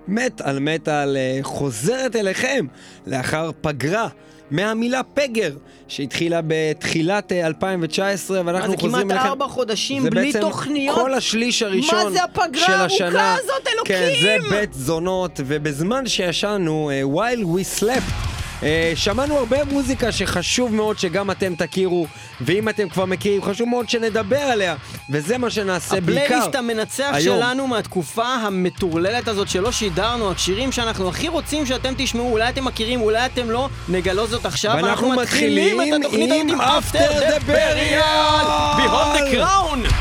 מטל מטל חוזרת אליכם לאחר פגרה מהמילה פגר שהתחילה בתחילת 2019 ואנחנו חוזרים אליכם. זה כמעט 4 חודשים בלי תוכניות. זה בעצם כל השליש הראשון של השנה. מה זה הפגרה הארוכה הזאת, אלוקים? כן, זה בית זונות, ובזמן שישנו, while we slept, שמענו הרבה מוזיקה שחשוב מאוד שגם אתם תכירו, ואם אתם כבר מכירים חשוב מאוד שנדבר עליה, וזה מה שנעשה בעיקר הפלייליסט המנצח היום. שלנו מהתקופה המטורללת הזאת שלא שידרנו, השירים שאנחנו הכי רוצים שאתם תשמעו, אולי אתם מכירים, אולי אתם לא, נגלו זאת עכשיו, ואנחנו מתחילים את התוכנית עם After the Burial, Behold the Crown.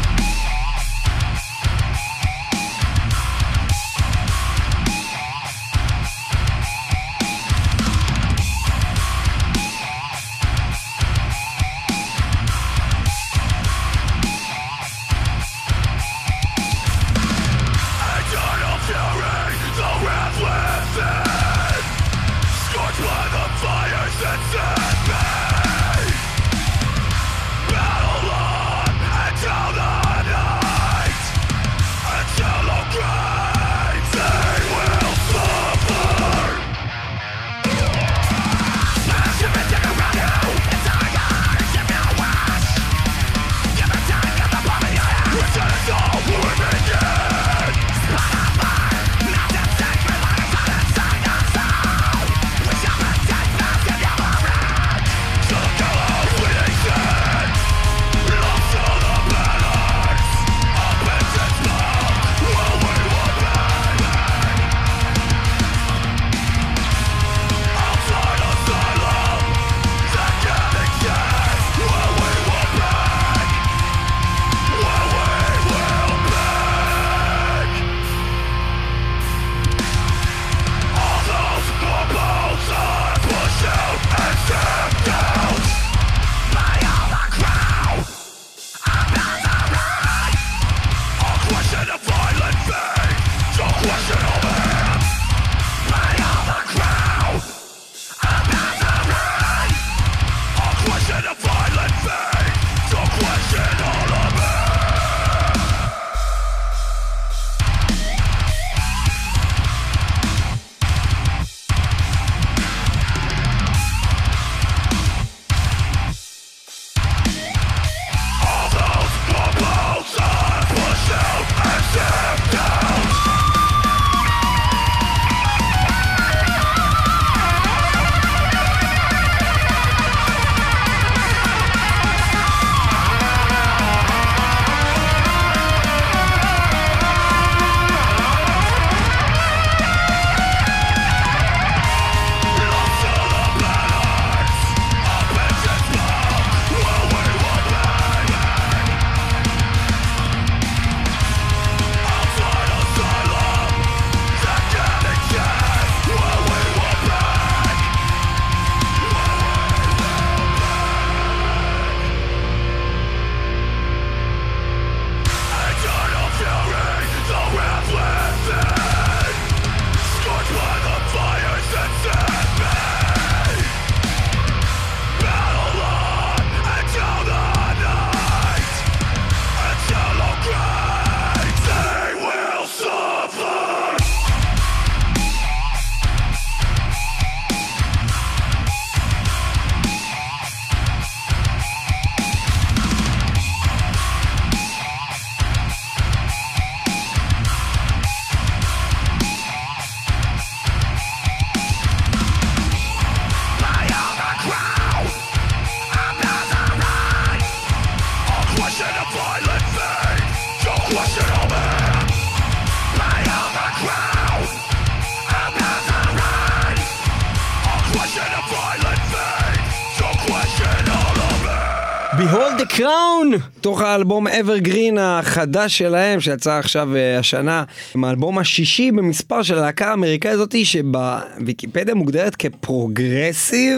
Behold the Crown! תוך האלבום Evergreen החדש שלהם, שיצא עכשיו השנה, עם האלבום השישי במספר של הלהקה האמריקאית הזאת, שבוויקיפדיה מוגדרת כפרוגרסיב.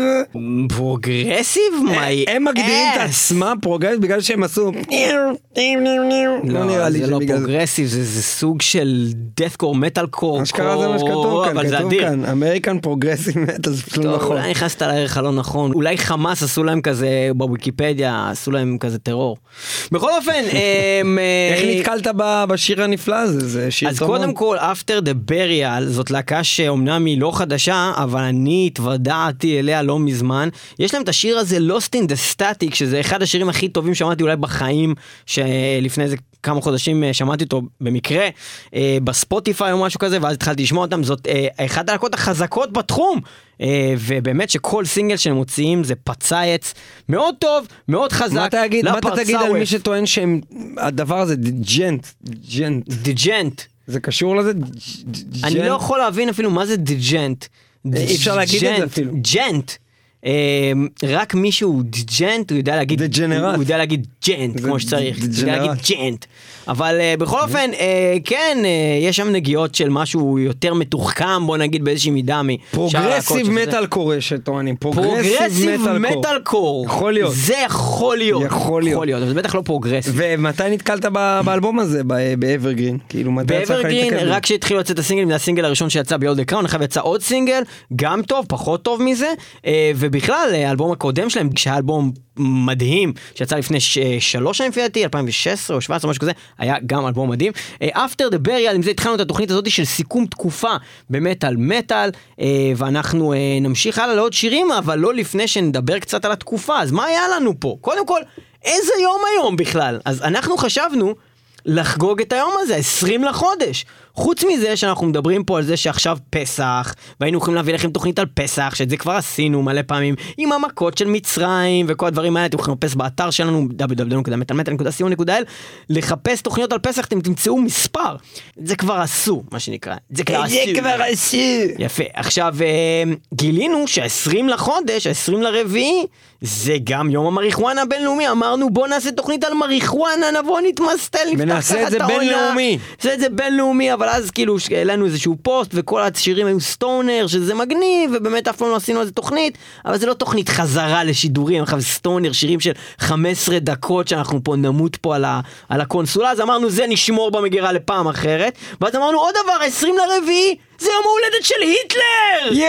פרוגרסיב? הם מגדירים את עצמם פרוגרסיב בגלל שהם עשו... לא נראה לי. זה לא פרוגרסיב, זה סוג של deathcore, metalcore. אשכרה זה מה שכתוב כאן, כתוב כאן, אמריקן פרוגרסיב מטל, זה פשוט נכון. אולי נכנסת לערך הלא נכון, אולי חמאס עשו להם כזה בוויקיפדיה, עשו להם כזה טרור. בכל אופן, איך נתקלת בשיר הנפלא הזה? זה שיר טוב. אז קודם כל, After the Burial, זאת להקה שאומנם היא לא חדשה, אבל אני התוודעתי אליה לא מזמן. יש להם את השיר הזה, Lost in the Static, שזה אחד השירים הכי טובים שמעתי אולי בחיים, שלפני איזה כמה חודשים שמעתי אותו במקרה, בספוטיפיי או משהו כזה, ואז התחלתי לשמוע אותם. זאת אחת הלהקות החזקות בתחום, ובאמת שכל סינגל שהם מוציאים זה פצייץ מאוד טוב, מאוד חזק. מה אתה תגיד על מי שטוען שהדבר הזה דיג'נט? זה קשור לזה? אני לא יכול להבין אפילו מה זה דיג'נט. אי אפשר להגיד את זה אפילו. ג'נט. רק מישהו דיג'נט, הוא יודע להגיד ג'נט כמו שצריך, הוא יודע להגיד ג'נט. אבל בכל אופן, כן, יש שם נגיעות של משהו יותר מתוחכם, בוא נגיד באיזושהי מידה פרוגרסיב מטל קור שטוענים. פרוגרסיב מטל קור. יכול להיות. זה יכול להיות. אבל זה בטח לא פרוגרסיב. ומתי נתקלת באלבום הזה, באברגרין? באברגרין, רק שהתחילו לצאת הסינגלים, זה הסינגל הראשון שיצא ב-All the Crown, אחרי יצא עוד סינגל, גם טוב, פחות טוב מזה, ובכלל, האלבום הקודם שלהם, כשהיה אלבום מדהים, שיצא לפני 3 שנים לפי 2016 או 2017 משהו כזה, היה גם אלבום מדהים. After the Burial, עם זה התחלנו את התוכנית הזאת של סיכום תקופה במטל מטל, ואנחנו נמשיך הלאה לעוד שירים, אבל לא לפני שנדבר קצת על התקופה. אז מה היה לנו פה? קודם כל, איזה יום היום בכלל? אז אנחנו חשבנו לחגוג את היום הזה, 20 לחודש. חוץ מזה שאנחנו מדברים פה על זה שעכשיו פסח, והיינו יכולים להביא לכם תוכנית על פסח, שאת זה כבר עשינו מלא פעמים, עם המכות של מצרים וכל הדברים האלה, אתם יכולים לחפש באתר שלנו, www.metalmetal.co.il, לחפש תוכניות על פסח, אתם תמצאו מספר. זה כבר עשו, מה שנקרא. זה כבר עשו. יפה. עכשיו, גילינו שה-20 לחודש, ה-20 לרביעי, זה גם יום המריחואנה הבינלאומי. אמרנו, בוא נעשה תוכנית על מריחואנה, נבוא נתמסטל, ונעשה את זה בינלאומי. נעשה את זה בינלאומי, אבל אז כאילו העלינו איזשהו פוסט, וכל השירים היו סטונר, שזה מגניב, ובאמת אף פעם לא עשינו איזה תוכנית, אבל זה לא תוכנית חזרה לשידורים, עכשיו סטונר, שירים של 15 דקות, שאנחנו פה נמות פה על הקונסולה, אז אמרנו, זה נשמור במגירה לפעם אחרת, ואז אמרנו, עוד דבר, 20 לרביעי, זה יום ההולדת של היטלר!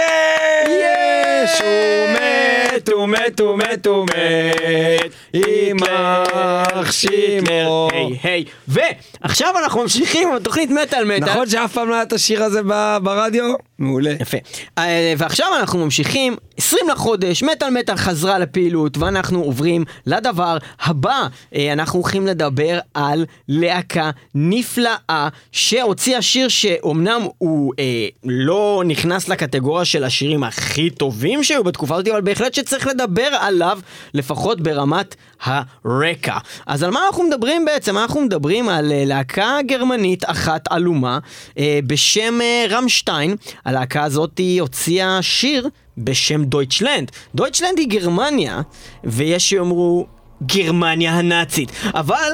יש! הוא מת, יימח שמו. היי. ועכשיו אנחנו ממשיכים עם התוכנית מטל מטל. נכון שאף פעם לא היה את השיר הזה ברדיו? מעולה. יפה. ועכשיו אנחנו ממשיכים, 20 לחודש, מטל מטל חזרה לפעילות, ואנחנו עוברים לדבר הבא. אנחנו הולכים לדבר על להקה נפלאה, שהוציאה שיר שאומנם הוא לא נכנס לקטגוריה של השירים הכי טובים שהיו בתקופה הזאת, אבל בהחלט שצריך לדבר עליו, לפחות ברמת הרקע. אז על מה אנחנו מדברים בעצם? אנחנו מדברים על להקה גרמנית אחת אלומה, בשם רמשטיין. הלהקה הזאת הוציאה שיר בשם דויטשלנד. דויטשלנד היא גרמניה, ויש שיאמרו גרמניה הנאצית. אבל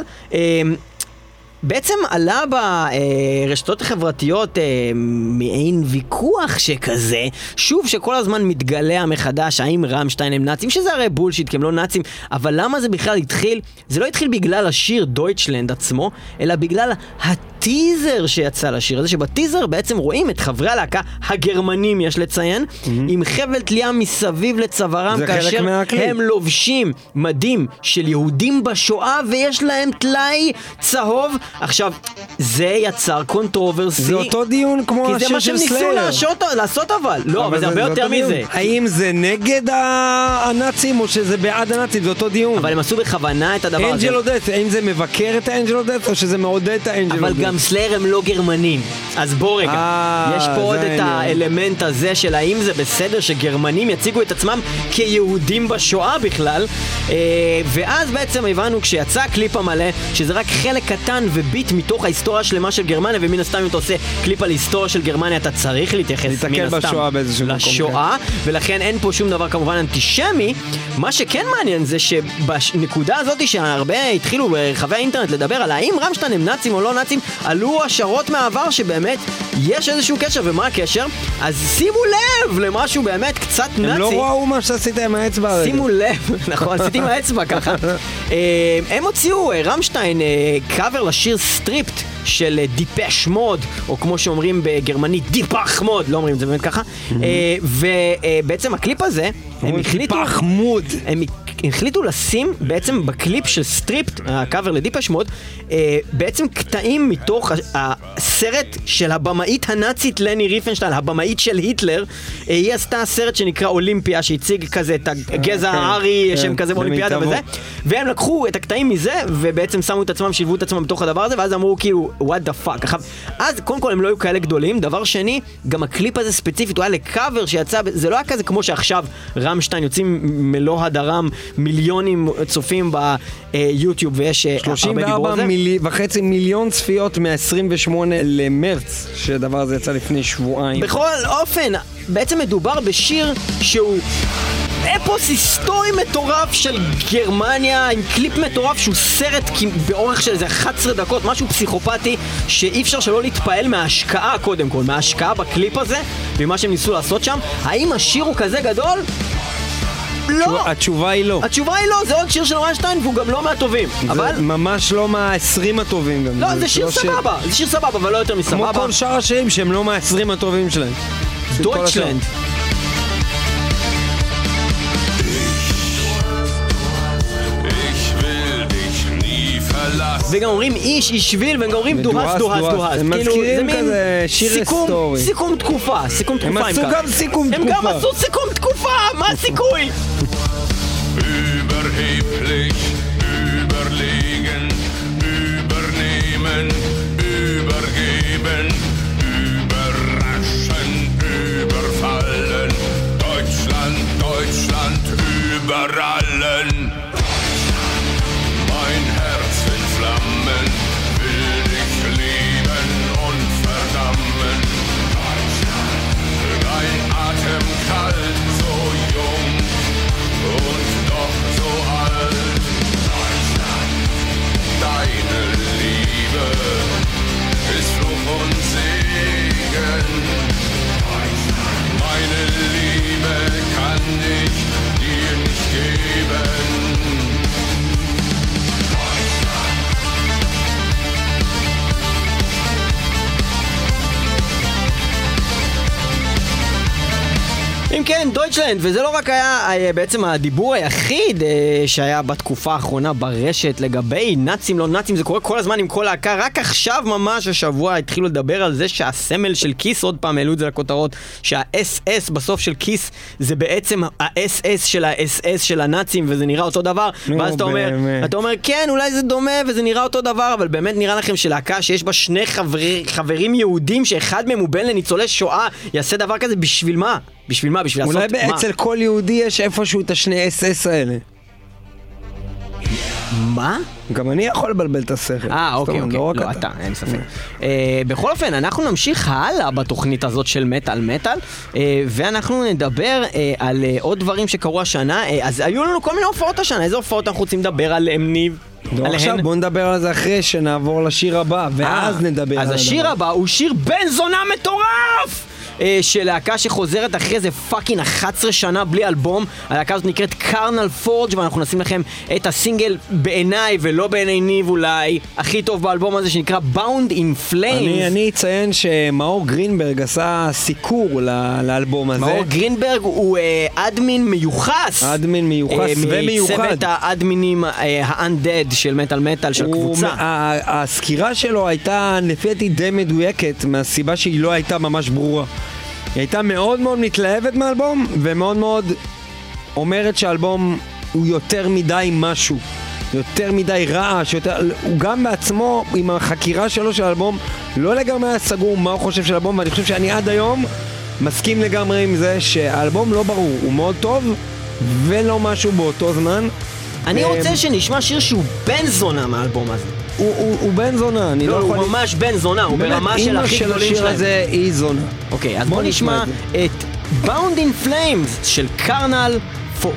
בעצם עלה ברשתות החברתיות מעין ויכוח שכזה, שוב שכל הזמן מתגלה מחדש האם רמשטיין הם נאצים, שזה הרי בולשיט כי הם לא נאצים, אבל למה זה בכלל התחיל? זה לא התחיל בגלל השיר דויטשלנד עצמו, אלא בגלל הטיזר שיצא לשיר הזה, שבטיזר בעצם רואים את חברי הלהקה הגרמנים, יש לציין, עם חבל תלייה מסביב לצווארם, כאשר הם לובשים מדים של יהודים בשואה ויש להם טלאי צהוב. עכשיו, זה יצר קונטרוברסי. זה אותו דיון כמו השיר של סלייר. כי זה מה שהם ניסו לעשות אבל. לא, אבל זה הרבה יותר מזה. האם זה נגד הנאצים או שזה בעד הנאצים? זה אותו דיון. אבל הם עשו בכוונה את הדבר הזה. אנג'ל אודט, האם זה מבקר את האנג'ל אודט או שזה מעודד את האנג'ל אודט? אבל גם סלייר הם לא גרמנים. אז בוא רגע. יש פה עוד את האלמנט הזה של האם זה בסדר שגרמנים יציגו את עצמם כיהודים בשואה בכלל. ואז בעצם הבנו כשיצא הקליפ המלא, שזה רק חלק קטן וביט מתוך ההיסטוריה שלמה של גרמניה, ומן הסתם אם אתה עושה קליפ על היסטוריה של גרמניה, אתה צריך להתייחס מן הסתם לשואה, ולכן אין פה שום דבר כמובן אנטישמי. מה שכן מעניין זה שבנקודה הזאת שהרבה התחילו ברחבי האינטרנט לדבר על האם רמשטיין הם נאצים או לא נאצים, עלו השערות מהעבר שבאמת יש איזשהו קשר, ומה הקשר? אז שימו לב למשהו באמת קצת נאצי. הם לא ראו מה שעשית עם האצבע. שימו לב, נכון, עשיתי עם האצבע ככה. הם הוציאו רמשטיין קאבר לשיר סטריפט של דיפש מוד, או כמו שאומרים בגרמנית דיפח מוד, לא אומרים את זה באמת ככה. ובעצם הקליפ הזה הם החליטו החליטו לשים בעצם בקליפ של סטריפט, הקאבר לדיפש מוד, בעצם קטעים מתוך הסרט של הבמאית הנאצית לני ריפנשטיין, הבמאית של היטלר. היא עשתה סרט שנקרא אולימפיה, שהציג כזה את הגזע הארי, שהם כזה באולימפיאדה וזה, והם לקחו את הקטעים מזה, ובעצם שמו את עצמם, שילבו את עצמם בתוך הדבר הזה, ואז אמרו כאילו, what the fuck. אז קודם כל הם לא היו כאלה גדולים. דבר שני, גם הקליפ הזה ספציפית, הוא היה לקאבר שיצא, זה לא היה כזה כמו שעכשיו רמשטיין יוצאים מלוא הדרם, מיליונים צופים ביוטיוב, ויש הרבה דיבור על זה. 34.5 מיליון צפיות מ-28 למרץ, שדבר הזה יצא לפני שבועיים. בכל אופן, בעצם מדובר בשיר שהוא אפוס היסטורי מטורף של גרמניה, עם קליפ מטורף שהוא סרט באורך של איזה 11 דקות, משהו פסיכופתי שאי אפשר שלא להתפעל מההשקעה קודם כל, מההשקעה בקליפ הזה ומה שהם ניסו לעשות שם. האם השיר הוא כזה גדול? לא. התשובה היא לא. התשובה היא לא, זה עוד שיר של רמשטיין והוא גם לא מהטובים. זה ממש לא מה-20 הטובים גם. לא, זה שיר סבבה, זה שיר סבבה, אבל לא יותר מסבבה. כמו כל שאר השירים שהם לא מה-20 הטובים שלהם. דויטשלנד. וגם אומרים איש, אישביל, וגם אומרים דוהס, דוהס, דוהס. הם מזכירים כזה שיר היסטורי. סיכום תקופה, סיכום תקופה. הם עשו גם סיכום תקופה. הם גם עשו סיכום תקופה, מה הסיכוי? Überheblich, überlegen, übernehmen, übergeben, überraschen, überfallen. Deutschland, Deutschland über allen. Mein Herz in Flammen, will dich lieben und verdammen. Dein Atem kalt, so jung und doch so alt. Deine Liebe ist Fluch und Segen. Meine Liebe kann ich dir nicht geben. אם כן, דויטשלנד, וזה לא רק היה בעצם הדיבור היחיד שהיה בתקופה האחרונה ברשת לגבי נאצים, לא נאצים, זה קורה כל הזמן עם כל להקה. רק עכשיו ממש השבוע התחילו לדבר על זה שהסמל של כיס, עוד פעם העלו את זה לכותרות, שה-SS בסוף של כיס זה בעצם ה-SS של ה-SS של הנאצים, וזה נראה אותו דבר. ואז אתה אומר, כן, אולי זה דומה וזה נראה אותו דבר, אבל באמת נראה לכם שלהקה שיש בה שני חברים יהודים, שאחד מהם הוא בן לניצולי שואה, יעשה דבר כזה בשביל מה? בשביל מה? בשביל לעשות מה? אולי אצל כל יהודי יש איפשהו את השני SS האלה. מה? גם אני יכול לבלבל את השכל. אוקיי, לא אתה, אין ספק. בכל אופן, אנחנו נמשיך הלאה בתוכנית הזאת של מטל, ואנחנו נדבר על עוד דברים שקרו השנה. אז היו לנו כל מיני הופעות השנה, איזה הופעות אנחנו רוצים לדבר עליהם, ניב? עכשיו בוא נדבר על זה אחרי שנעבור לשיר הבא, ואז נדבר על הדבר. אז השיר הבא הוא שיר בן זונה מטורף! של להקה שחוזרת אחרי איזה פאקינג 11 שנה בלי אלבום. הלהקה הזאת נקראת קרנל פורג' ואנחנו נשים לכם את הסינגל בעיניי ולא בעיני ניב אולי הכי טוב באלבום הזה שנקרא Bound in Flames. אני אציין שמאור גרינברג עשה סיקור לאלבום הזה. מאור גרינברג הוא אדמין מיוחס. אדמין מיוחס ומיוחד. מצוות האדמינים ה-Undead של מטל של קבוצה. הסקירה שלו הייתה לפי די מדויקת מהסיבה שהיא לא הייתה ממש ברורה. היא הייתה מאוד מאוד מתלהבת מהאלבום, ומאוד מאוד אומרת שהאלבום הוא יותר מדי משהו, יותר מדי רעש, הוא גם בעצמו, עם החקירה שלו של האלבום, לא לגמרי היה סגור מה הוא חושב של האלבום, ואני חושב שאני עד היום מסכים לגמרי עם זה שהאלבום לא ברור, הוא מאוד טוב, ולא משהו באותו זמן. אני רוצה שנשמע שיר שהוא בן זונה מהאלבום הזה. הוא בן זונה, אני לא יכול... הוא ממש בן זונה, הוא ברמה של הכי גדולים שלהם. השיר הזה היא זונה. אוקיי, אז בוא נשמע את Bound in Flames של קרנל פורג'.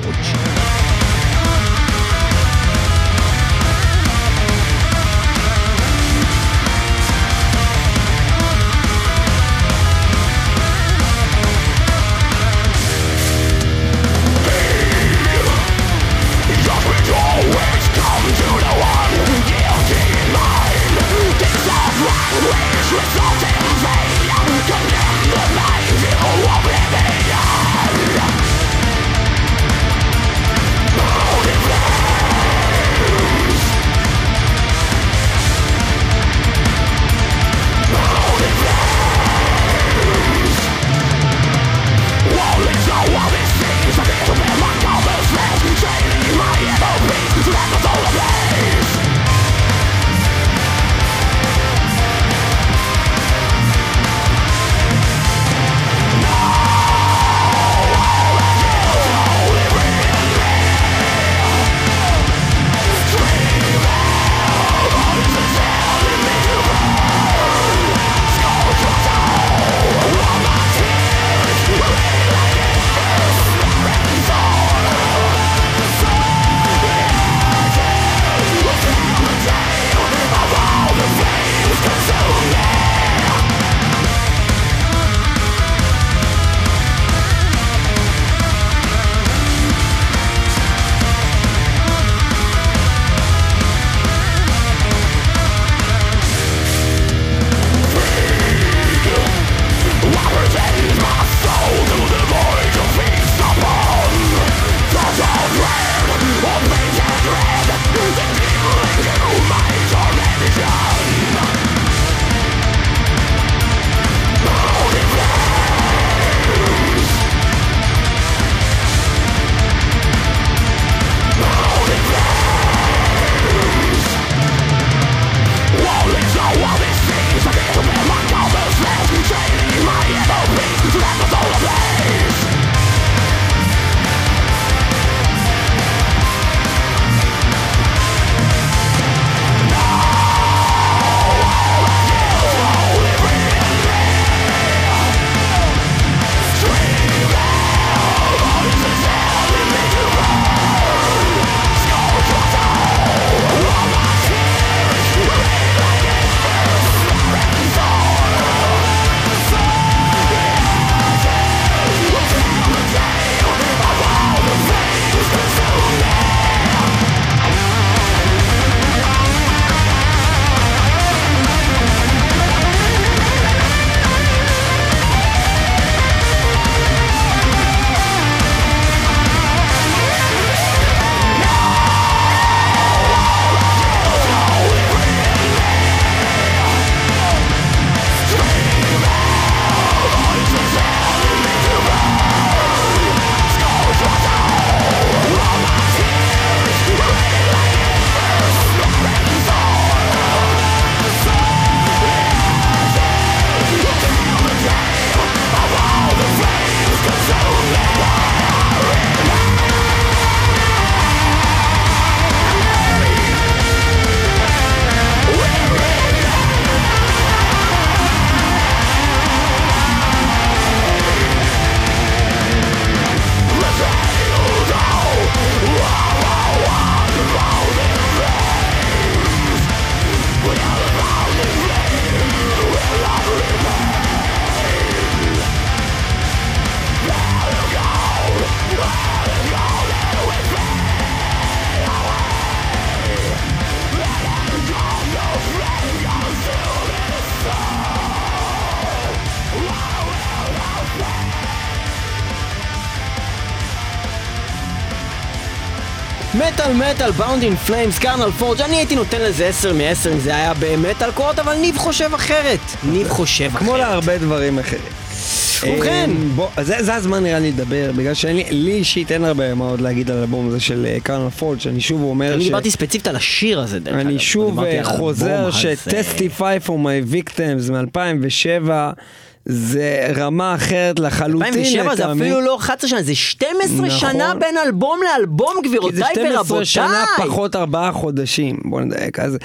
מטל, Bound in Flames, Carnal Forge, אני הייתי נותן לזה 10 מ-10 אם זה היה במטל קורט, אבל ניב חושב אחרת. כמו להרבה דברים אחרים. ובכן. זה הזמן נראה לי לדבר, בגלל לי אישית אין הרבה מה עוד להגיד על האלבום הזה של קרנל פורד, שאני שוב אומר אני דיברתי ספציפית על השיר הזה דרך אגב. אני שוב חוזר ש-Testify for my victims מ-2007 זה רמה אחרת לחלוטין. 2007 זה אפילו לא 11 שנה, זה 12 שנה בין אלבום לאלבום, גבירותיי ורבותיי. כי זה 12 שנה פחות 4 חודשים. בוא נדייק. אז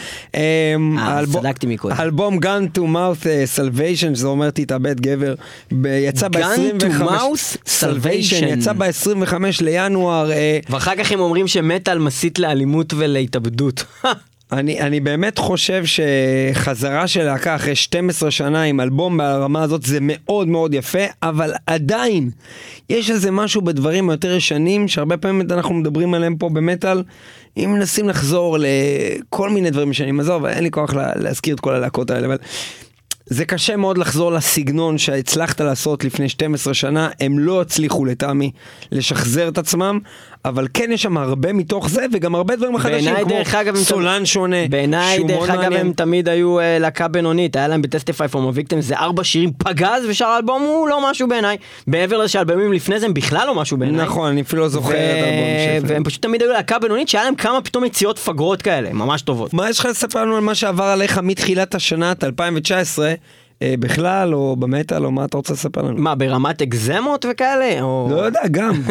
צדקתי מקודם. אלבום Gun to Mouth Salvation, שזה אומר תתאבד גבר, יצא Gun to Mouth Salvation. יצא ב-25 לינואר. ואחר כך הם אומרים שמטל מסית לאלימות ולהתאבדות. אני באמת חושב שחזרה של להקה אחרי 12 שנה עם אלבום ברמה הזאת זה מאוד מאוד יפה, אבל עדיין יש איזה משהו בדברים היותר ישנים שהרבה פעמים אנחנו מדברים עליהם פה במטל, אם מנסים לחזור לכל מיני דברים ישנים, עזוב, אין לי כוח להזכיר את כל הלהקות האלה, אבל זה קשה מאוד לחזור לסגנון שהצלחת לעשות לפני 12 שנה, הם לא הצליחו לטעמי לשחזר את עצמם, אבל כן יש שם הרבה מתוך זה, וגם הרבה דברים חדשים, כמו סולן שונה. בעיניי דרך אגב הם תמיד היו להקה בינונית, היה להם ב-Testify for my victims, זה 4 שירים פגז, ושאר האלבום הוא לא משהו בעיניי. בעבר לזה שהאלבומים לפני זה הם בכלל לא משהו בעיניי. נכון, אני אפילו לא זוכר את האלבום והם פשוט תמיד היו להקה בינונית, שהיה להם כמה פתאום יציאות פגרות כאלה, ממש טובות. מה יש לך לספר לנו על מה שעבר עליך מתחילת השנה 2019, בכלל, או במטל, או מה אתה רוצה לספר לנו? מה, ברמת אגזמות וכאלה? לא יודע,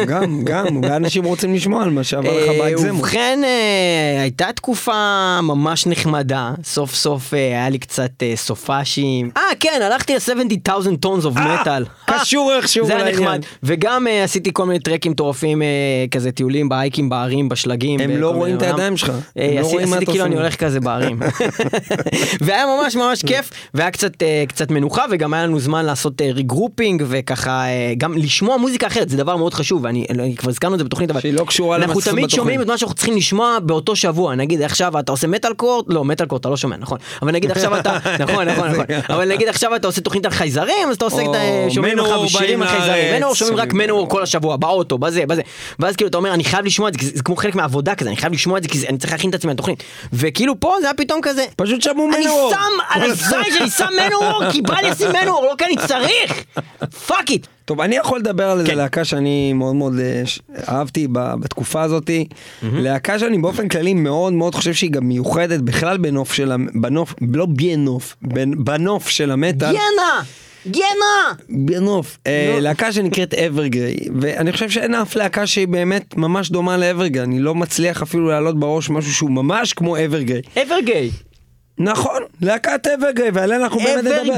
גם, אנשים רוצים לשמוע על מה שעבר לך באגזמות. ובכן, הייתה תקופה ממש נחמדה, סוף סוף היה לי קצת סופאשים. כן, הלכתי ל-70,000 tons of metal. קשור איכשהו לעניין. זה נחמד. וגם עשיתי כל מיני טרקים טורפים, כזה טיולים בהייקים בערים, בשלגים. הם לא רואים את הידיים שלך. עשיתי כאילו אני הולך כזה בערים. והיה ממש ממש כיף, והיה קצת מנוחה, וגם היה לנו זמן לעשות ריגרופינג, וככה, גם לשמוע מוזיקה אחרת, זה דבר מאוד חשוב, ואני כבר הזכרנו את זה בתוכנית, אבל אנחנו תמיד שומעים את מה שאנחנו צריכים לשמוע באותו שבוע, נגיד עכשיו אתה עושה מטל קורט, לא, מטל קורט אתה לא שומע, נכון, אבל נגיד עכשיו אתה, נכון, אבל נגיד עכשיו אתה עושה תוכנית על חייזרים, אז אתה עושה, שומעים לך בשירים על חייזרים, מנור, שומעים רק מנור כל השבוע, באוטו, בזה, ואז כאילו אתה אומר, אני חייב לשמוע את זה, זה כמו חלק מהעבודה כזה, אני חייב לשמוע את זה, כי אני צריך להכין את עצמי לתוכנית. וכאילו פה זה היה פתאום כזה, פשוט שמו מנור. אני שם על הזין שלי, שם מנור, כי בא לי לשים מנור, לא כי אני צריך. פאק איט. טוב, אני יכול לדבר על איזה להקה שאני מאוד מאוד אהבתי בתקופה הזאת. להקה שאני באופן כללי מאוד מאוד חושב שהיא גם מיוחדת בכלל בנוף של בנוף, לא בנוף, בנוף של המטל. בנוף. להקה שנקראת אברגריי, ואני חושב שאין אף להקה שהיא באמת ממש דומה לאברגריי. אני לא מצליח אפילו להעלות בראש משהו שהוא ממש כמו אברגריי. אברגריי. נכון, להקת אברגריי, ועליה אנחנו באמת נדבר.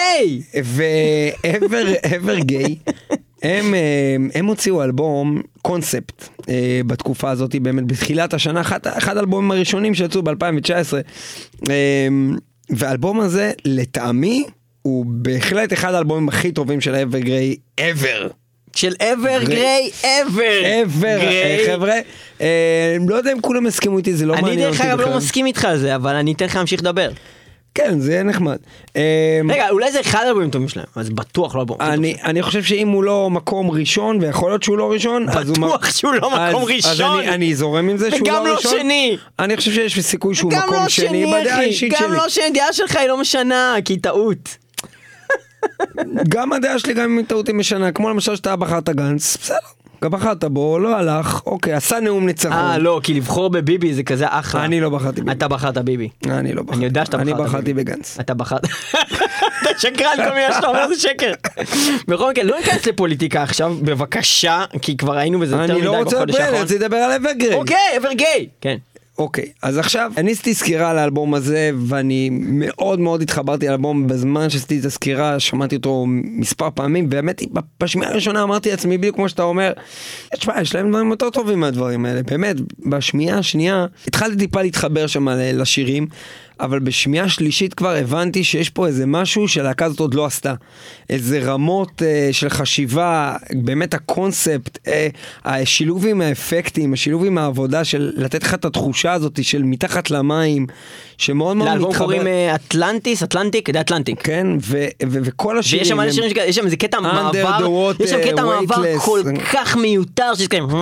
אברגריי, הם הוציאו אלבום קונספט בתקופה הזאת, באמת בתחילת השנה, אחד האלבומים הראשונים שיצאו ב-2019, והאלבום הזה, לטעמי, הוא בהחלט אחד האלבומים הכי טובים של אברגריי ever. של אברגריי, חבר'ה, לא יודע אם כולם הסכימו איתי, זה לא מעניין אותי בכלל. אני דרך אגב לא מסכים איתך על זה, אבל אני אתן לך להמשיך לדבר. כן, זה יהיה נחמד. רגע, אולי זה אחד האלבומים טובים שלהם, אז בטוח לא אלבום. אני חושב שאם הוא לא מקום ראשון, ויכול להיות שהוא לא ראשון, בטוח שהוא לא מקום ראשון. אז אני זורם עם זה שהוא לא ראשון. וגם לא שני. אני חושב שיש סיכוי שהוא מקום שני, בדעה האישית שלי. גם לא שני, דעה שלך היא לא משנה, כי היא טעות. גם הדעה שלי, גם אם היא טעות היא משנה, כמו למשל שאתה בחרת גנץ, בסדר. גם בחרת בו, לא הלך, אוקיי, עשה נאום ניצחון. לא, כי לבחור בביבי זה כזה אחלה. אני לא בחרתי ביבי. אתה בחרת ביבי. אני לא בחרתי. אני יודע שאתה בחרת ביבי. אני בחרתי בגנץ. אתה בחרת. אתה שקרן, כל מיני שאתה אומר זה שקר. בכל מקרה, לא ניכנס לפוליטיקה עכשיו, בבקשה, כי כבר היינו בזה יותר מדי בחודש האחרון. אני רוצה לדבר על אברגריי. אוקיי, אברגריי. כן. אוקיי, אז עכשיו אני עשיתי סקירה על האלבום הזה, ואני מאוד מאוד התחברתי לאלבום בזמן שעשיתי את הסקירה, שמעתי אותו מספר פעמים, באמת בשמיעה הראשונה אמרתי לעצמי בדיוק כמו שאתה אומר, תשמע, יש להם דברים יותר טובים מהדברים האלה, באמת, בשמיעה השנייה התחלתי טיפה להתחבר שם לשירים, אבל בשמיעה שלישית כבר הבנתי שיש פה איזה משהו שהלהקה הזאת עוד לא עשתה. איזה רמות של חשיבה, באמת הקונספט, השילוב עם האפקטים, השילוב עם העבודה של לתת לך את התחושה הזאת של מתחת למים, שמאוד מאוד מתחבר. לאלבום קוראים אטלנטיק, זה אטלנטיק. כן, וכל השירים. ויש שם איזה קטע מעבר, יש שם קטע מעבר כל כך מיותר, שזה כאילו...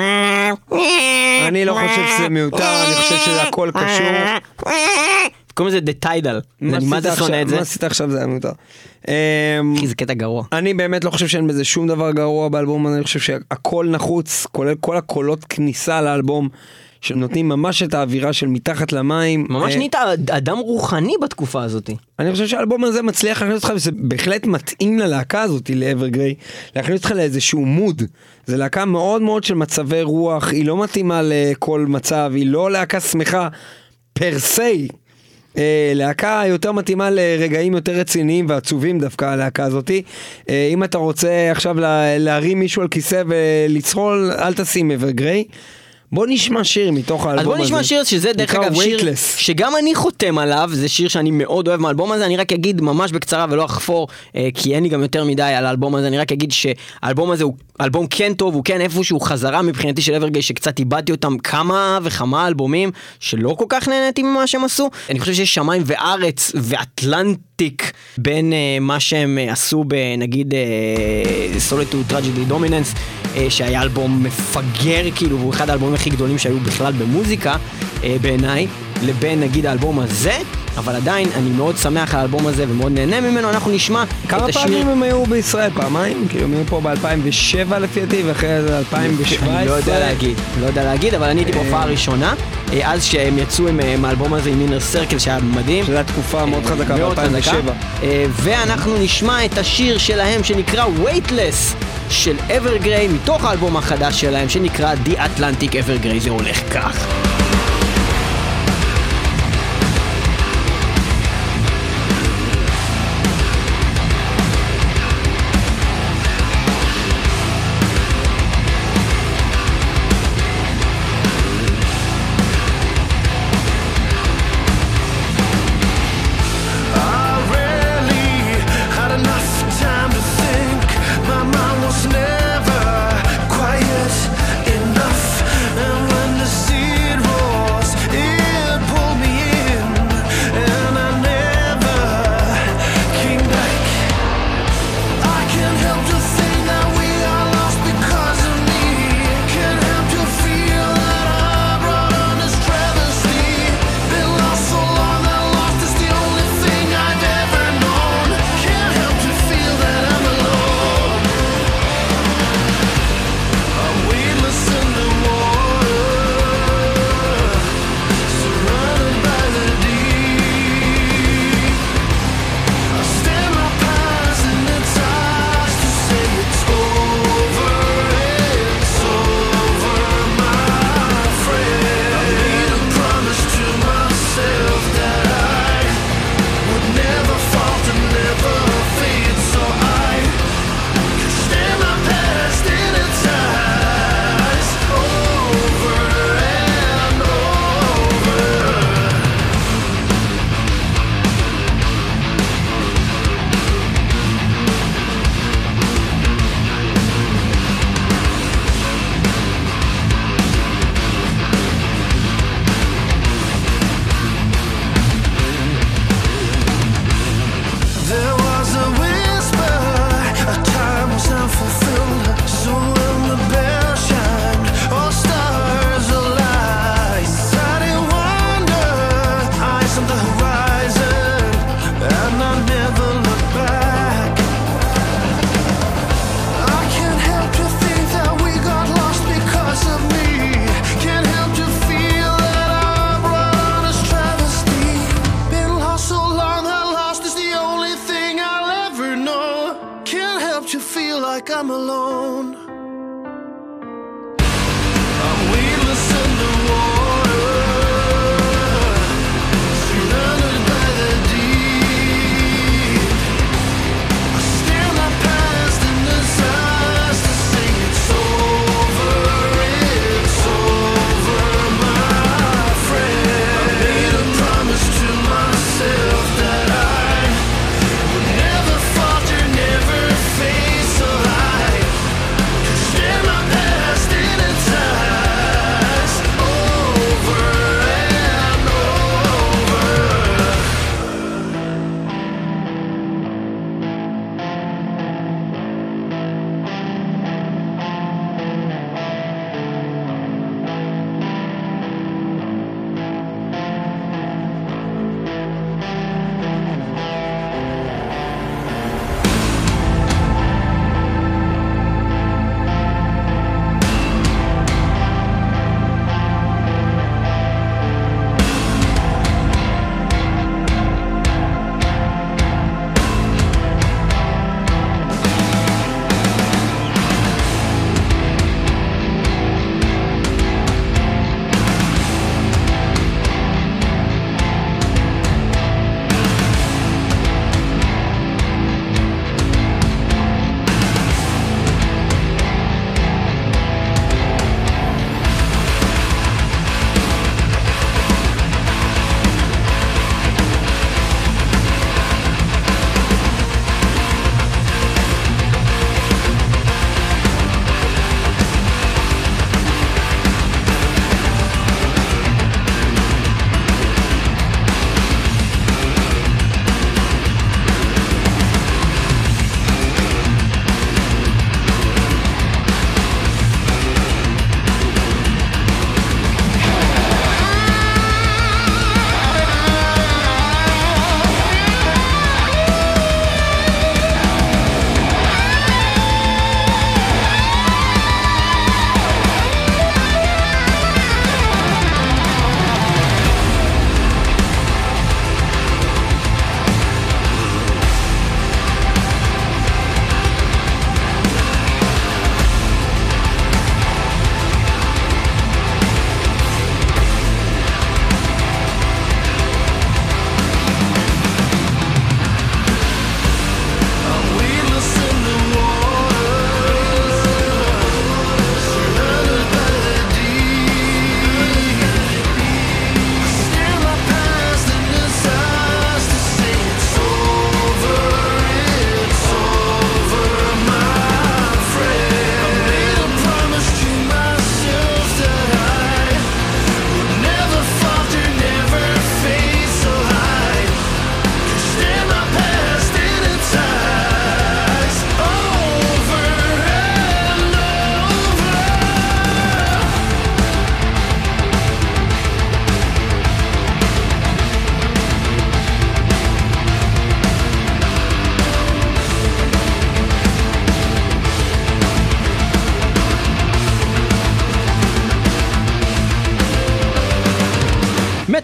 אני לא חושב שזה מיותר, אני חושב שזה הכל קשור. קוראים לזה The Tidal, מה זה שונא את זה? מה עשית עכשיו זה היה מיותר. כי זה קטע גרוע. אני באמת לא חושב שאין בזה שום דבר גרוע באלבום, אני חושב שהכל נחוץ, כולל כל הקולות כניסה לאלבום, שנותנים ממש את האווירה של מתחת למים. ממש נהיית אדם רוחני בתקופה הזאת. אני חושב שהאלבום הזה מצליח להכניס אותך, וזה בהחלט מתאים ללהקה הזאת, לאברגריי, להכניס אותך לאיזשהו מוד. זה להקה מאוד מאוד של מצבי רוח, היא לא מתאימה לכל מצב, היא לא להקה שמחה פר סי. להקה יותר מתאימה לרגעים יותר רציניים ועצובים דווקא הלהקה הזאת. אם אתה רוצה עכשיו להרים מישהו על כיסא ולצרול, אל תשים אברגריי. בוא נשמע שיר מתוך האלבום הזה. אז בוא נשמע שיר שזה דרך אגב שיר שגם אני חותם עליו, זה שיר שאני מאוד אוהב מהאלבום הזה, אני רק אגיד ממש בקצרה ולא אחפור, כי אין לי גם יותר מדי על האלבום הזה, אני רק אגיד שהאלבום הזה הוא אלבום כן טוב, הוא כן איפשהו חזרה מבחינתי של אברגריי, שקצת איבדתי אותם כמה וכמה אלבומים, שלא כל כך נהניתי ממה שהם עשו. אני חושב שיש שמיים וארץ ואטלנטיק בין מה שהם עשו בנגיד Solitude Tragedy Dominance, שהיה אלבום מפגר כאילו, והוא אחד האלבומים הכי גדולים שהיו בכלל במוזיקה בעיניי, לבין נגיד האלבום הזה, אבל עדיין אני מאוד שמח על האלבום הזה ומאוד נהנה ממנו. אנחנו נשמע כמה פעמים הם היו בישראל? פעמיים? כאילו הם היו פה ב-2007 לפי דעתי, ואחרי זה 2017. אני לא יודע להגיד, אבל אני הייתי בהופעה הראשונה, אז שהם יצאו עם האלבום הזה עם Inner Circle שהיה מדהים. שזו תקופה מאוד חזקה ב-2007. ואנחנו נשמע את השיר שלהם שנקרא Weightless של אברגריי, מתוך האלבום החדש שלהם שנקרא The Atlantic Evergrey. זה הולך כך.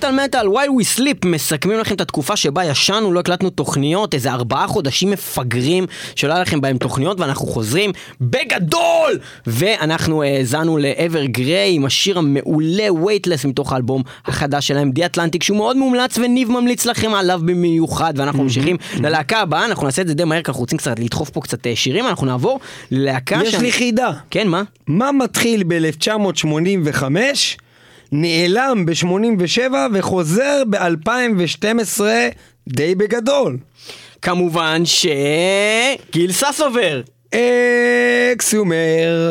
מטל מטל, While We Sleep, מסכמים לכם את התקופה שבה ישנו, לא הקלטנו תוכניות, איזה 4 חודשים מפגרים שלא היה לכם בהם תוכניות, ואנחנו חוזרים בגדול! ואנחנו זנו ל-Evergrey עם השיר המעולה Weightless מתוך האלבום החדש שלהם, The Atlantic, שהוא מאוד מומלץ, וניב ממליץ לכם עליו במיוחד, ואנחנו ממשיכים ללהקה הבאה, אנחנו נעשה את זה די מהר, כי אנחנו רוצים קצת לדחוף פה קצת שירים, אנחנו נעבור ללהקה יש לי חידה. כן, מה? מה מתחיל ב-1985, נעלם ב-87 וחוזר ב-2012 די בגדול? כמובן גיל ססובר. אקסיומר,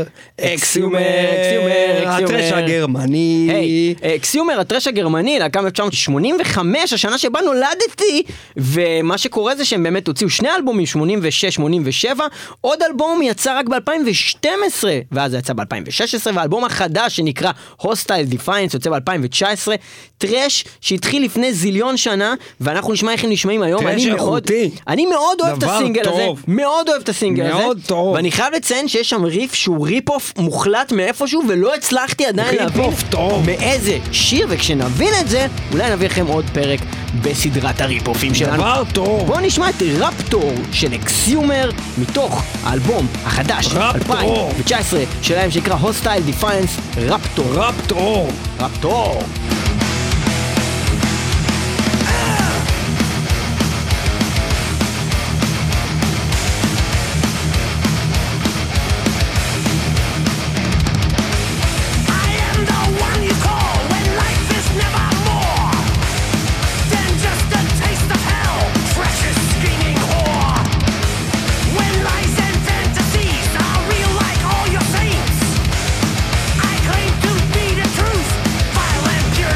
הטרש הגרמני. אקסיומר, הטרש הגרמני, להקה ב-1985, השנה שבה נולדתי, ומה שקורה זה שהם באמת הוציאו 2 אלבומים, 86-87, עוד אלבום יצא רק ב-2012, ואז זה יצא ב-2016, והאלבום החדש שנקרא Hostile Defiance יוצא ב-2019, טרש שהתחיל לפני זיליון שנה, ואנחנו נשמע איך הם נשמעים היום. טרש איכותי. אני מאוד אוהב את הסינגל הזה, מאוד אוהב את הסינגל הזה. טוב. ואני חייב לציין שיש שם ריף שהוא ריפ-אוף מוחלט מאיפשהו, ולא הצלחתי עדיין להבין מאיזה שיר, וכשנבין את זה, אולי נביא לכם עוד פרק בסדרת הריפ-אופים שלנו. דבר טוב. בואו נשמע את רפטור של אקסיומר, מתוך האלבום החדש, 2019, שלהם שנקרא Hostile Defiance, רפטור. Violent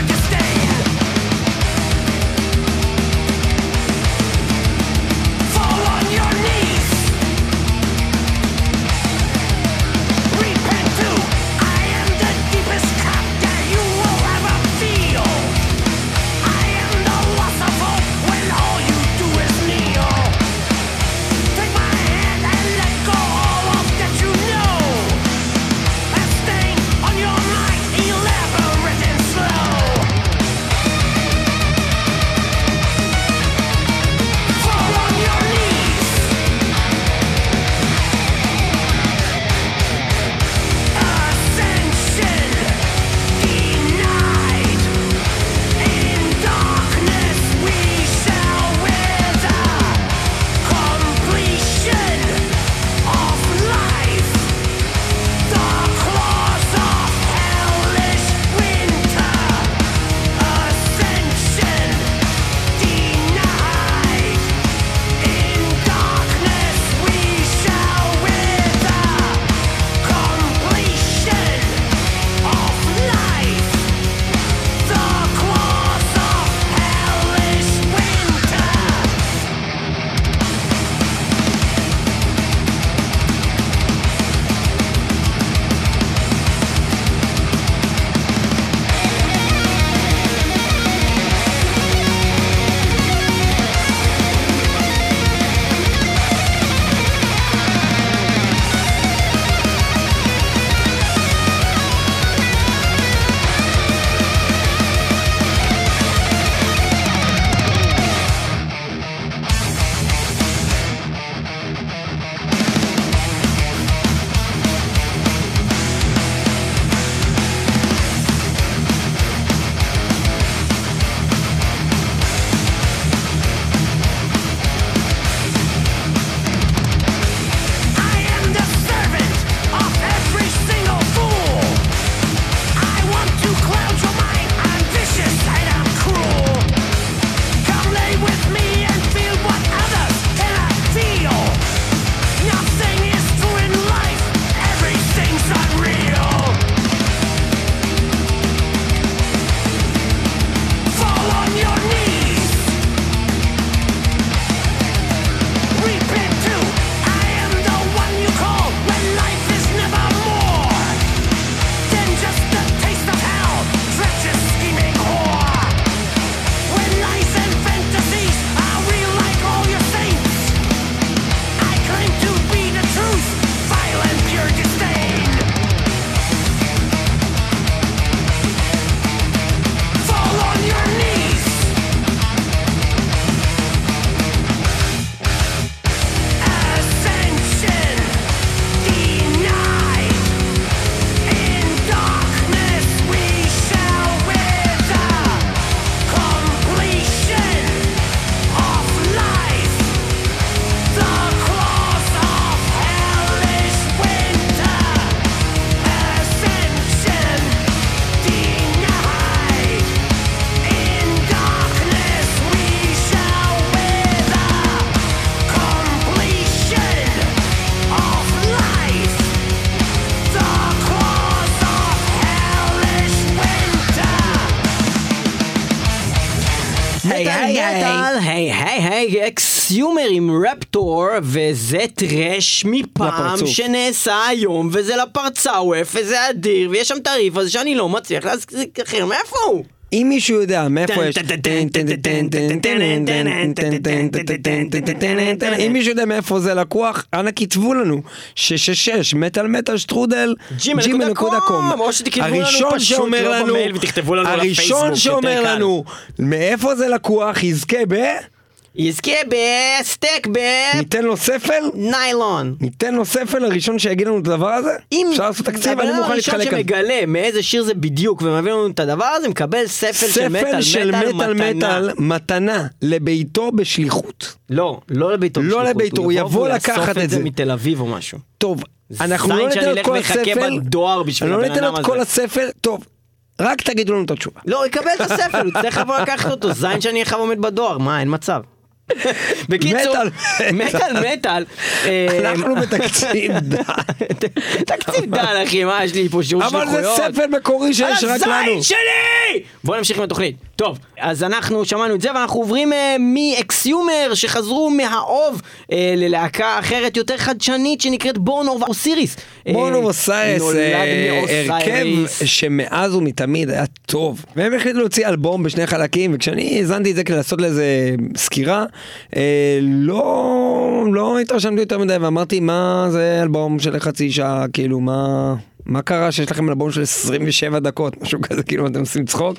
היי, אקסיומר עם רפטור, וזה טרש מפעם לפרצוף. שנעשה היום, וזה לפרצאווף, וזה אדיר, ויש שם תעריף, אז שאני לא מצליח להזכיר מאיפה הוא? אם מישהו יודע מאיפה יש... אם מישהו יודע מאיפה זה לקוח, אנא כתבו לנו 666 מטל שטרודל gmail.com. או שתכתבו לנו פשוט לא במייל ותכתבו לנו לפייסבוק. הראשון שאומר לנו מאיפה זה לקוח יזכה יזכה בסטייק ניתן לו ספל? בניילון. ניתן לו ספל הראשון שיגיד לנו את הדבר הזה? אפשר לעשות תקציב, אני מוכן להתחלק הראשון שמגלה מאיזה שיר זה בדיוק ומביא לנו את הדבר הזה, מקבל ספל של מטל מתנה לביתו בשליחות. לא לביתו לא לביתו, הוא יבוא לקחת את זה מתל אביב או משהו. טוב, אנחנו לא ניתן את כל הספל, אני לא ניתן את כל הספל, טוב, רק תגידו לנו את התשובה. לא, הוא יקבל את הספל, הוא צריך לבוא לקחת אותו, זין שאני אחר עומד בדואר, מה, אין מצב. בקיצור, מטל, אנחנו בתקציב דל. תקציב דל אחי, מה יש לי פה שיעור שליחויות? אבל זה ספל מקורי שיש רק לנו. הזין שלי! בואו נמשיך עם התוכנית. טוב, אז אנחנו שמענו את זה ואנחנו עוברים מאקסיומר שחזרו מהאוב ללהקה אחרת יותר חדשנית שנקראת בורן אוף אוסיריס. בורן אוף אוסיריס, הרכב שמאז ומתמיד היה טוב. והם החליטו להוציא אלבום בשני חלקים, וכשאני הזנתי את זה כדי לעשות לזה סקירה, לא התרשמתי יותר מדי, ואמרתי מה זה אלבום של חצי שעה, כאילו מה קרה שיש לכם אלבום של 27 דקות, משהו כזה, כאילו אתם עושים צחוק.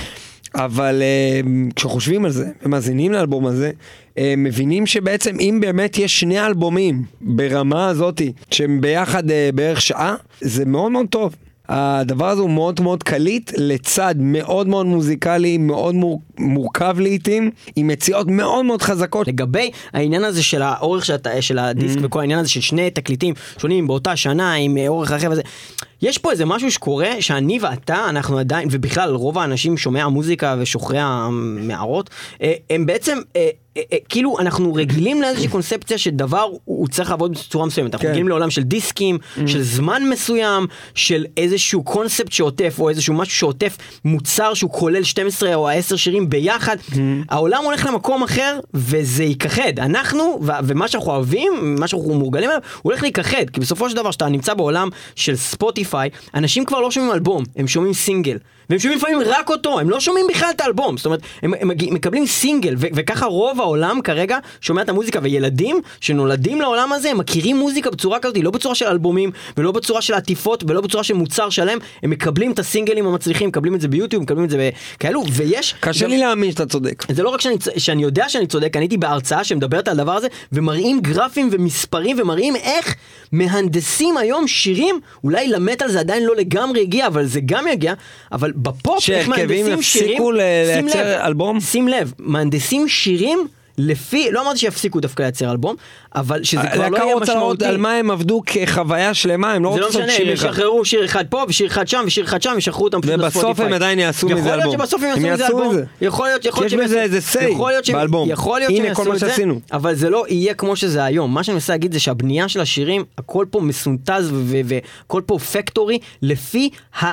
אבל כשחושבים על זה, ומאזינים לאלבום הזה, מבינים שבעצם אם באמת יש שני אלבומים ברמה הזאת, שהם ביחד בערך שעה, זה מאוד מאוד טוב. הדבר הזה הוא מאוד מאוד קליט, לצד מאוד מאוד מוזיקלי, מאוד מורכב לעתים, עם מציאות מאוד מאוד חזקות. לגבי העניין הזה של האורך של הדיסק וכל העניין הזה של שני תקליטים שונים באותה שנה עם אורך אחר וזה, יש פה איזה משהו שקורה שאני ואתה, אנחנו עדיין, ובכלל רוב האנשים שומעי המוזיקה ושוחרי המערות, הם בעצם כאילו אנחנו רגילים לאיזושהי קונספציה שדבר הוא צריך לעבוד בצורה מסוימת, אנחנו רגילים לעולם של דיסקים, של זמן מסוים, של איזשהו קונספט שעוטף או איזשהו משהו שעוטף מוצר שהוא כולל 12 או 10 שירים ביחד. העולם הולך למקום אחר וזה ייכחד, אנחנו ומה שאנחנו אוהבים, מה שאנחנו מורגלים עליו, הוא הולך להיכחד, כי בסופו של דבר שאתה נמצא בעולם של ספוטיפיי, אנשים כבר לא שומעים אלבום, הם שומעים סינגל, והם שומעים לפעמים רק אותו, הם לא שומעים בכלל את האלבום, זאת אומרת, הם מקבלים סינגל, וככה רוב העולם כרגע שומע את המוזיקה, וילדים שנולדים לעולם הזה, הם מכירים מוזיקה בצורה כזאת, לא בצורה של אלבומים, ולא בצורה של עטיפות, ולא בצורה של מוצר שלם, הם מקבלים את הסינגלים המצליחים, מקבלים את זה ביוטיוב, מקבלים את זה כאלו, ויש... קשה לי להאמין שאתה צודק. זה לא רק שאני יודע שאני צודק, אני הייתי בהרצאה שמדברת על הדבר הזה, ומראים גרפים ומספרים, ומראים איך מהנדסים היום שירים, אולי למטל זה עדיין לא לגמרי הגיע, אבל זה גם יגיע, אבל בפופ איך מהנדסים שירים, לייצר אלבום? שים לב, מהנדסים שירים לפי, לא אמרתי שיפסיקו דווקא לייצר אלבום, אבל שזה כבר לא יהיה משמעותי. על מה הם עבדו כחוויה שלמה, הם לא רוצים לעשות שיר אחד. זה לא משנה, הם ישחררו שיר אחד פה ושיר אחד שם ושיר אחד שם, וישחררו אותם פשוט לספוטיפיי. ובסוף הם עדיין יעשו מזה אלבום. יכול להיות שבסוף הם יעשו מזה אלבום. יכול להיות שיש מזה איזה סי באלבום. הנה כל מה שעשינו. אבל זה לא יהיה כמו שזה היום. מה שאני מנסה להגיד זה שהבנייה של השירים, הכל פה מסונטז וכל פה פקטורי לפי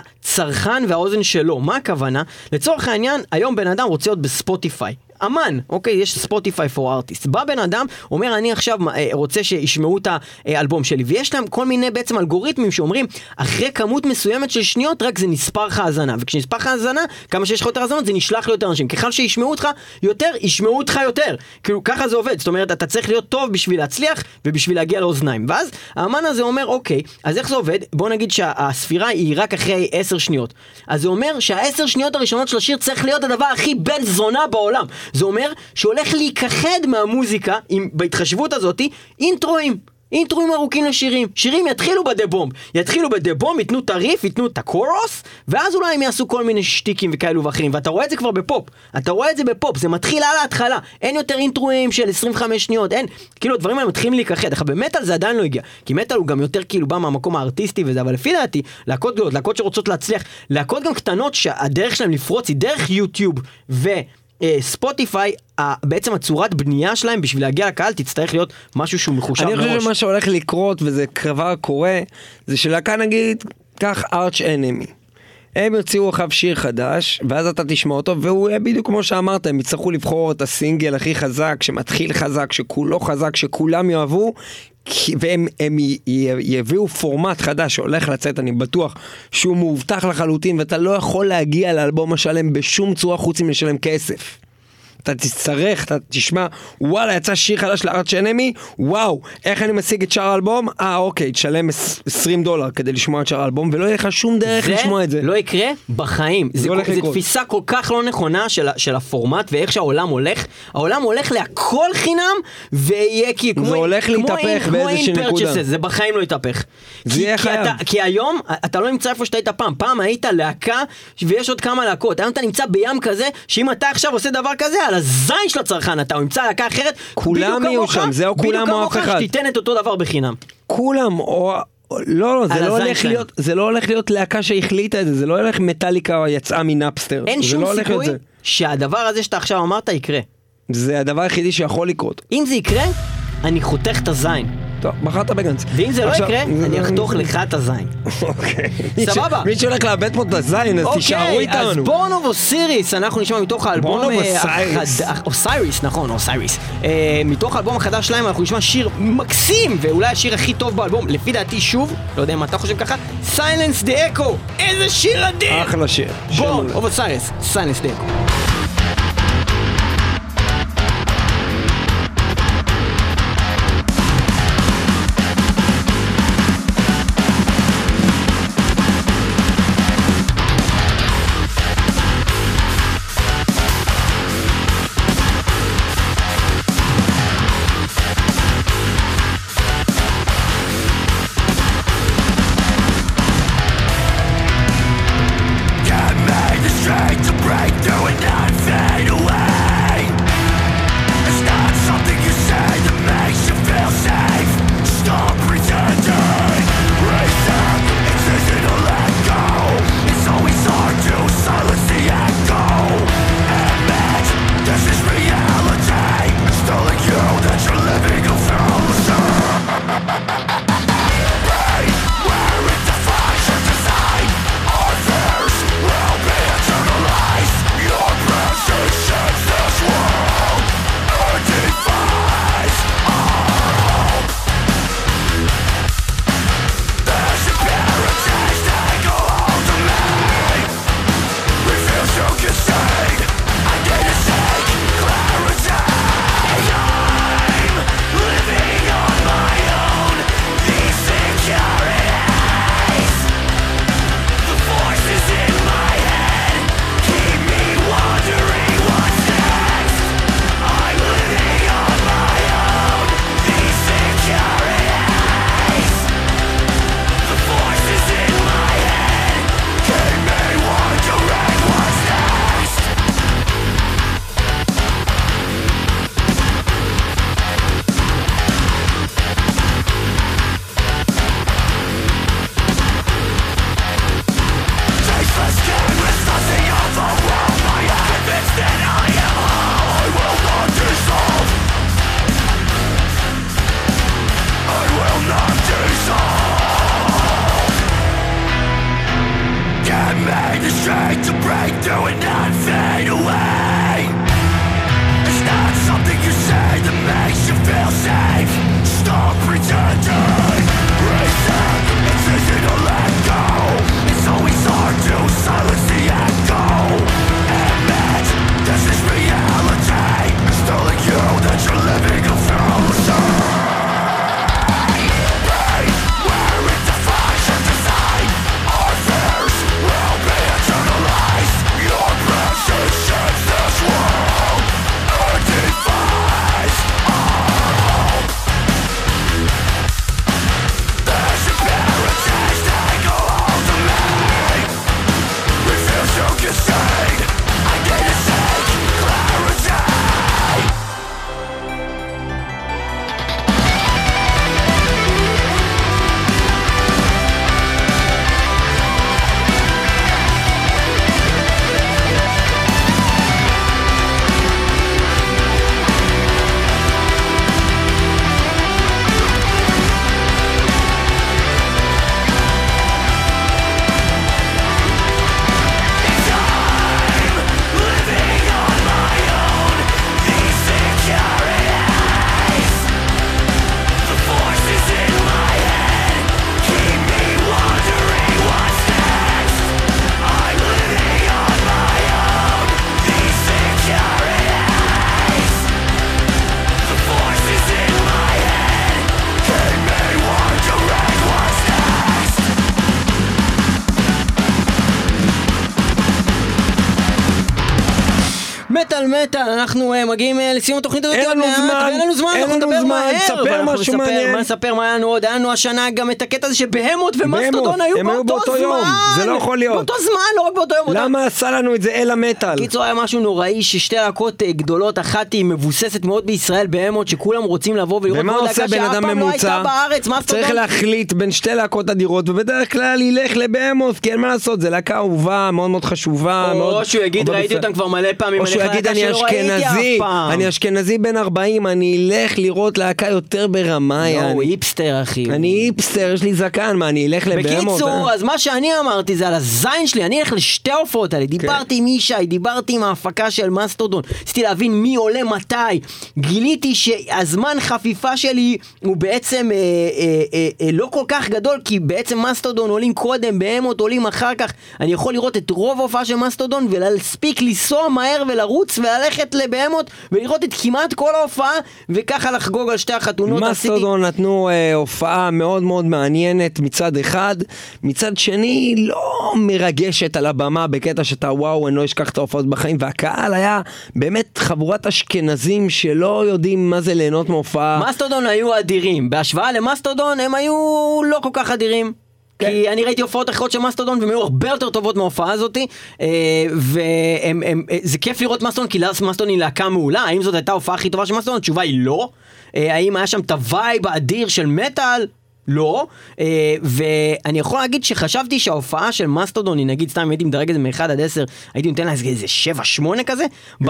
הצרכן והאוזן שלו. מה הכוונה? לצורך העניין, היום בן אדם רוצה להיות בספוטיפיי. אמן, אוקיי, יש ספוטיפיי פור ארטיסט. בא בן אדם, אומר, אני עכשיו רוצה שישמעו את האלבום שלי, ויש להם כל מיני בעצם אלגוריתמים שאומרים, אחרי כמות מסוימת של שניות, רק זה נספר לך האזנה, וכשנספר לך האזנה, כמה שיש לך יותר האזנות, זה נשלח ליותר אנשים. ככל שישמעו אותך יותר, ישמעו אותך יותר. כאילו, ככה זה עובד. זאת אומרת, אתה צריך להיות טוב בשביל להצליח, ובשביל להגיע לאוזניים. ואז, האמן הזה אומר, אוקיי, אז איך זה עובד? בוא נגיד שהספירה היא רק אחרי 10 שניות. אז זה אומר שה10 שניות הראשונות של השיר צריך להיות הדבר הכי בן זונה בעולם. זה אומר שהולך להיכחד מהמוזיקה, בהתחשבות הזאת, אינטרואים ארוכים לשירים. שירים יתחילו בדבום, ייתנו טריף, ייתנו את הקורוס, ואז אולי הם יעשו כל מיני שטיקים וכאלו ואחרים, ואתה רואה את זה כבר בפופ, זה מתחיל על ההתחלה, אין יותר אינטרואים של 25 שניות, אין, כאילו הדברים האלה מתחילים להיכחד. אך במטל זה עדיין לא הגיע, כי מטל הוא גם יותר כאילו בא מהמקום הארטיסטי וזה, אבל לפי דעתי, להקות גדולות, להקות שרוצות להצליח, להקות גם קטנות שהדרך שלהם לפרוץ היא דרך יוטיוב ספוטיפיי, בעצם הצורת בנייה שלהם בשביל להגיע לקהל תצטרך להיות משהו שהוא מחושב מראש. אני חושב שמה שהולך לקרות, וזה כבר קורה, זה שלהקה נגיד, כך ארץ' אנמי. הם יוציאו עכשיו שיר חדש, ואז אתה תשמע אותו, והוא יהיה בדיוק כמו שאמרת, הם יצטרכו לבחור את הסינגל הכי חזק, שמתחיל חזק, שכולו חזק, שכולם יאהבו, והם יביאו פורמט חדש שהולך לצאת, אני בטוח שהוא מובטח לחלוטין, ואתה לא יכול להגיע לאלבום השלם בשום צורה חוץ מלשלם כסף. אתה תצטרך, אתה תשמע, וואלה, יצא שיר חדש לארץ' אנמי, וואו, איך אני משיג את שאר האלבום? אוקיי, תשלם $20 כדי לשמוע את שאר האלבום, ולא יהיה לך שום דרך לשמוע את זה. זה לא יקרה בחיים. זה תפיסה כל כך לא נכונה של הפורמט, ואיך שהעולם הולך. העולם הולך להכל חינם, ויהיה זה הולך להתהפך באיזושהי נקודה. זה בחיים לא יתהפך. זה יהיה חייב. כי היום, אתה לא נמצא איפה שאתה היית פעם. פעם היית להקה, ויש עוד כמה להקות. היום אתה נמצא בים כזה, שאם אתה עכשיו עושה דבר כזה, על הזין של הצרכן, אתה ימצא להקה אחרת, כולם יהיו שם, זהו כולם או אף אחד. שתיתן את אותו דבר בחינם. כולם, או... לא, זה לא הולך להיות להקה שהחליטה את זה, זה לא הולך מטליקה יצאה מנאפסטר. אין שום סיכוי שהדבר הזה שאתה עכשיו אמרת יקרה. זה הדבר היחידי שיכול לקרות. אם זה יקרה, אני חותך את הזין. טוב, בחרת בגנץ. ואם זה לא יקרה, אני אחתוך לך את הזין. אוקיי. סבבה. מי שהולך לאבד פה את הזין, אז תישארו איתנו. אוקיי, אז בורן אוף אוסיריס, אנחנו נשמע מתוך האלבום... אוסייריס, נכון, אוסייריס. מתוך האלבום החדש שלהם אנחנו נשמע שיר מקסים, ואולי השיר הכי טוב באלבום, לפי דעתי שוב, לא יודע אם אתה חושב ככה, Silence the Echo. איזה שיר אדיר! אחלה שיר. בורן אוף אוסיריס, Silence the Echo. To break through and מטל, אנחנו מגיעים לסיום התוכנית הזאת. אין לנו זמן, אנחנו נדבר מהר. ספר משהו מעניין. נספר מה היה לנו עוד, היה לנו השנה גם את הקטע הזה שבהמות ומאסטודון היו באותו זמן. זה לא יכול להיות. באותו זמן, לא רק באותו יום. למה עשה לנו את זה אל המטל? קיצור, היה משהו נוראי ששתי להקות גדולות, אחת היא מבוססת מאוד בישראל בהמות, שכולם רוצים לבוא ולראות ומה עושה בן אדם ממוצע? צריך להחליט בין שתי להקות אדירות, ובדרך כלל ילך לבהמות, כי אין מה לעשות, זה להקה אהובה, מאוד מאוד חשובה. או שהוא יגיד, ראיתי אותם כבר מלא פעמים, או שהוא יגיד, אני אשכנזי בן 40, אני אלך לראות להקה יותר ברמה. הוא היפסטר, אחי. אני היפסטר, יש לי זקן, מה, אני אלך לבהמות? בקיצור, אז מה שאני אמרתי זה על הזין שלי, אני אלך לשתי ההופעות האלה, דיברתי עם ישי, דיברתי עם ההפקה של מאסטודון, רציתי להבין מי עולה מתי, גיליתי שהזמן חפיפה שלי הוא בעצם לא כל כך גדול, כי בעצם מאסטודון עולים קודם, בהמות עולים אחר כך, אני יכול לראות את רוב ההופעה של מאסטודון ולהספיק לנסוע מהר ולרוץ וללכת לבהמות ולראות את כמעט כל ההופעה וככה לחגוג על שתי החתונות. מאסטודון נתנו הופעה מאוד מאוד מעניינת מצד אחד, מצד שני לא מרגשת על הבמה בקטע שאתה וואו, אני לא אשכח את ההופעות בחיים, והקהל היה באמת חבורת אשכנזים שלא יודעים מה זה ליהנות מהופעה. מאסטודון היו אדירים, בהשוואה למאסטודון הם היו לא כל כך אדירים. כי אני ראיתי הופעות אחרות של מאסטודון והם היו הרבה יותר טובות מההופעה הזאת, וזה כיף לראות מאסטודון כי מאסטודון היא להקה מעולה. האם זאת הייתה ההופעה הכי טובה של מאסטודון? התשובה היא לא. האם היה שם את הווייב האדיר של מטל? לא. ואני יכול להגיד שחשבתי שההופעה של מאסטודון היא, נגיד סתם הייתי מדרג את זה מ-1 עד 10, הייתי נותן לה איזה 7-8 כזה.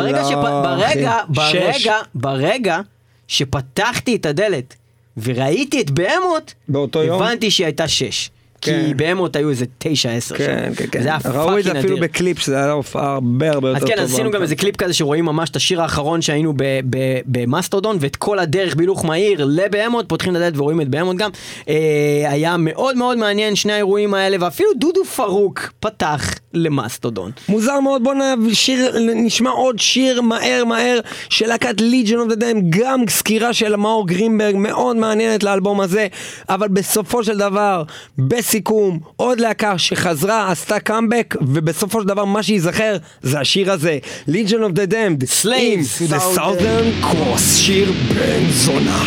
ברגע שפתחתי את הדלת וראיתי את בהמות, הבנתי שהיא הייתה 6. כי בהמות היו איזה 9-10 שם. כן. ראו את זה אפילו בקליפ, שזה היה הופעה הרבה יותר טובה. אז כן, עשינו גם איזה קליפ כזה שרואים ממש את השיר האחרון שהיינו במאסטודון, ואת כל הדרך בהילוך מהיר לבהמות, פותחים את הדלת ורואים את בהמות גם. היה מאוד מאוד מעניין שני האירועים האלה, ואפילו דודו פרוק פתח למאסטודון. מוזר מאוד, בוא נשמע עוד שיר מהר של להקת Legion of the Damned, גם סקירה של מאור גרינברג מאוד מעניינת לאלבום הזה, אבל בסופו של דבר סיכום, עוד להקה שחזרה, עשתה קאמבק, ובסופו של דבר מה שיזכר זה השיר הזה, Legion of the Damned, Slaves, The Southern Cross, שיר בן זונה.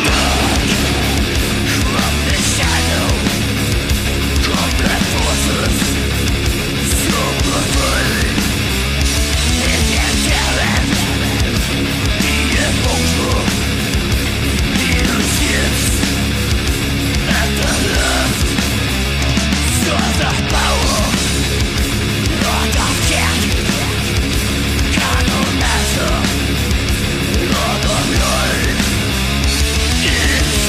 Yeah.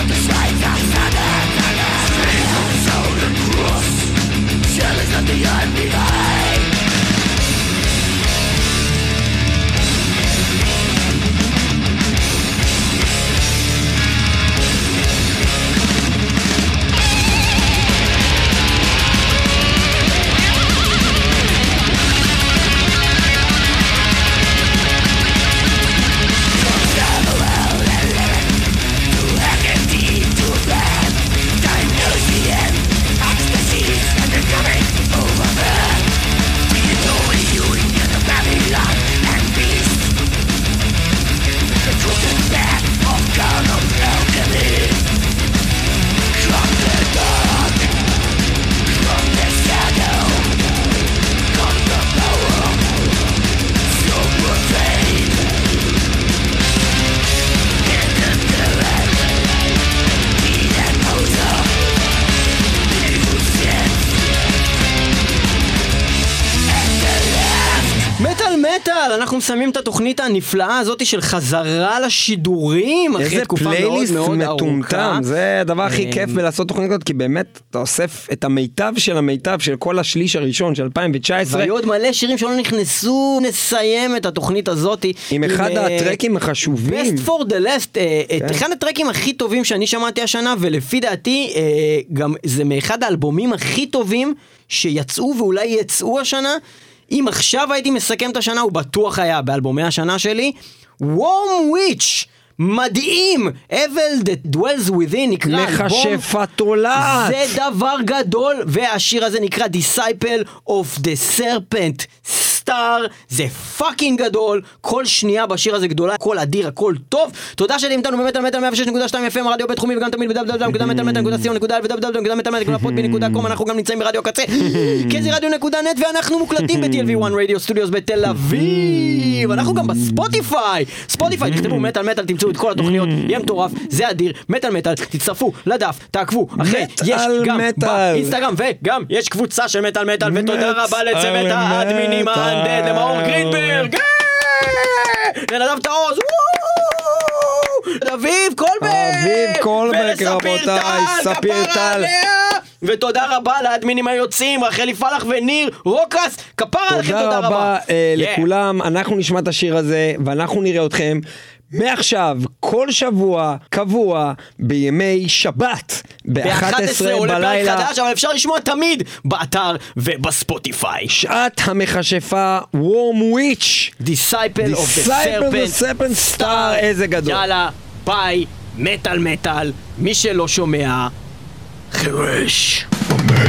אנחנו מסיימים את התוכנית הנפלאה הזאת של חזרה לשידורים אחרי תקופה מאוד מאוד ארוכה. איזה פלייליסט מטומטם, זה הדבר הכי כיף בלעשות תוכנית כזאת, כי באמת אתה אוסף את המיטב של כל השליש הראשון של 2019. והיו עוד מלא שירים שלא נכנסו. נסיים את התוכנית הזאת עם אחד הטרקים החשובים. Best for the Last, אחד הטרקים הכי טובים שאני שמעתי השנה, ולפי דעתי גם זה מאחד האלבומים הכי טובים שיצאו ואולי יצאו השנה. אם עכשיו הייתי מסכם את השנה, הוא בטוח היה באלבומי השנה שלי. Warm Witch, מדהים, Evil That Dwells Within נקרא אלבום. מכשפה תולעת. זה דבר גדול, והשיר הזה נקרא Disciple of the Serpent Star, זה פאקינג גדול, כל שנייה בשיר הזה גדולה, הכל אדיר, הכל טוב. תודה שאתם איתנו במטל מטל 106.2 FM, רדיו בית תחומי, וגם תמיד www.metalmetal.co.il אנחנו גם נמצאים ברדיו קצה, כזה רדיו.נט, ואנחנו מוקלטים ב-TLV1 רדיו סטודיוס בתל אביב. אנחנו גם בספוטיפיי, תכתבו מטל מטל, תמצאו את כל התוכניות, יהיה מטורף, זה אדיר, מטל מטל, תצטרפו לדף, תעקבו, אחרי, יש גם באינסטגרם, וגם יש קבוצה של מטל מטל, ותודה רבה לצוות האדמינים למאור גרינברג, לנדב תעוז, אביב קולברג, רבותיי, ספיר טל, ותודה רבה לאדמינים היוצאים, רחלי פלח וניר רוקס, כפרה לכם, תודה רבה לכולם. אנחנו נשמע את השיר הזה ואנחנו נראה אתכם מעכשיו, כל שבוע, קבוע, בימי שבת, ב-11 בלילה. חדש, אבל אפשר לשמוע תמיד באתר ובספוטיפיי. שעת המכשפה, Warm Witch, Disciple of the Serpent Star, איזה גדול. יאללה, ביי, מטל מטל, מי שלא שומע, חרש.